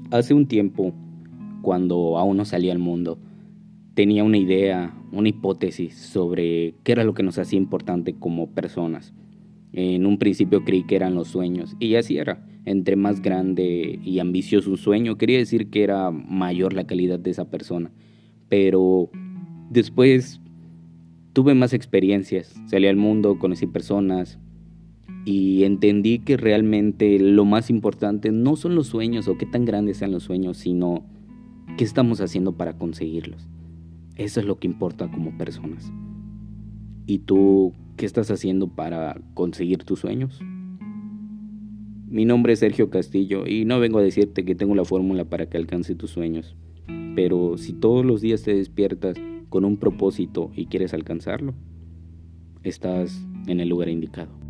Hace un tiempo, cuando aún no salía al mundo, tenía una idea, una hipótesis sobre qué era lo que nos hacía importante como personas. En un principio creí que eran los sueños, y así era. Entre más grande y ambicioso un sueño, quería decir que era mayor la calidad de esa persona. Pero después tuve más experiencias, salí al mundo, conocí personas y entendí que realmente lo más importante no son los sueños o qué tan grandes sean los sueños, sino qué estamos haciendo para conseguirlos. Eso es lo que importa como personas. ¿Y tú qué estás haciendo para conseguir tus sueños? Mi nombre es Sergio Castillo y no vengo a decirte que tengo la fórmula para que alcance tus sueños, pero si todos los días te despiertas con un propósito y quieres alcanzarlo, estás en el lugar indicado.